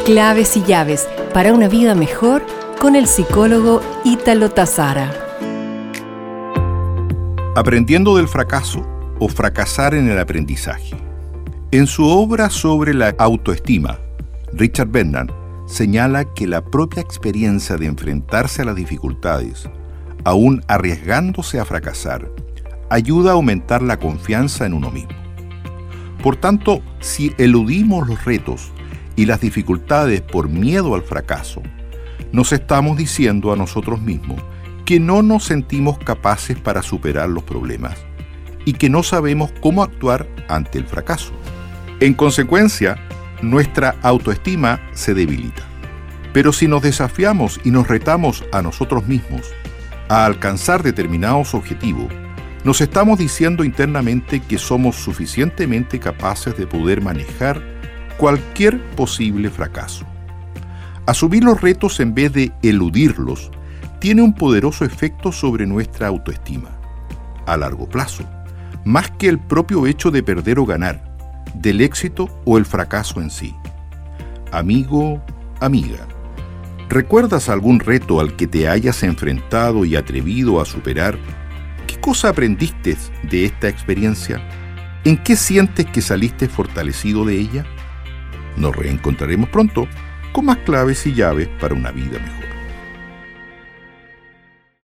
Claves y llaves para una vida mejor con el psicólogo Ítalo Tazara. Aprendiendo del fracaso o fracasar en el aprendizaje. En su obra sobre la autoestima, Richard Bennard señala que la propia experiencia de enfrentarse a las dificultades, aún arriesgándose a fracasar, ayuda a aumentar la confianza en uno mismo. Por tanto, si eludimos los retos y las dificultades por miedo al fracaso, nos estamos diciendo a nosotros mismos que no nos sentimos capaces para superar los problemas y que no sabemos cómo actuar ante el fracaso. En consecuencia, nuestra autoestima se debilita. Pero si nos desafiamos y nos retamos a nosotros mismos a alcanzar determinados objetivos, nos estamos diciendo internamente que somos suficientemente capaces de poder manejar cualquier posible fracaso. Asumir los retos en vez de eludirlos tiene un poderoso efecto sobre nuestra autoestima, a largo plazo, más que el propio hecho de perder o ganar, del éxito o el fracaso en sí. Amigo, amiga, ¿recuerdas algún reto al que te hayas enfrentado y atrevido a superar? ¿Qué cosa aprendiste de esta experiencia? ¿En qué sientes que saliste fortalecido de ella? Nos reencontraremos pronto con más claves y llaves para una vida mejor.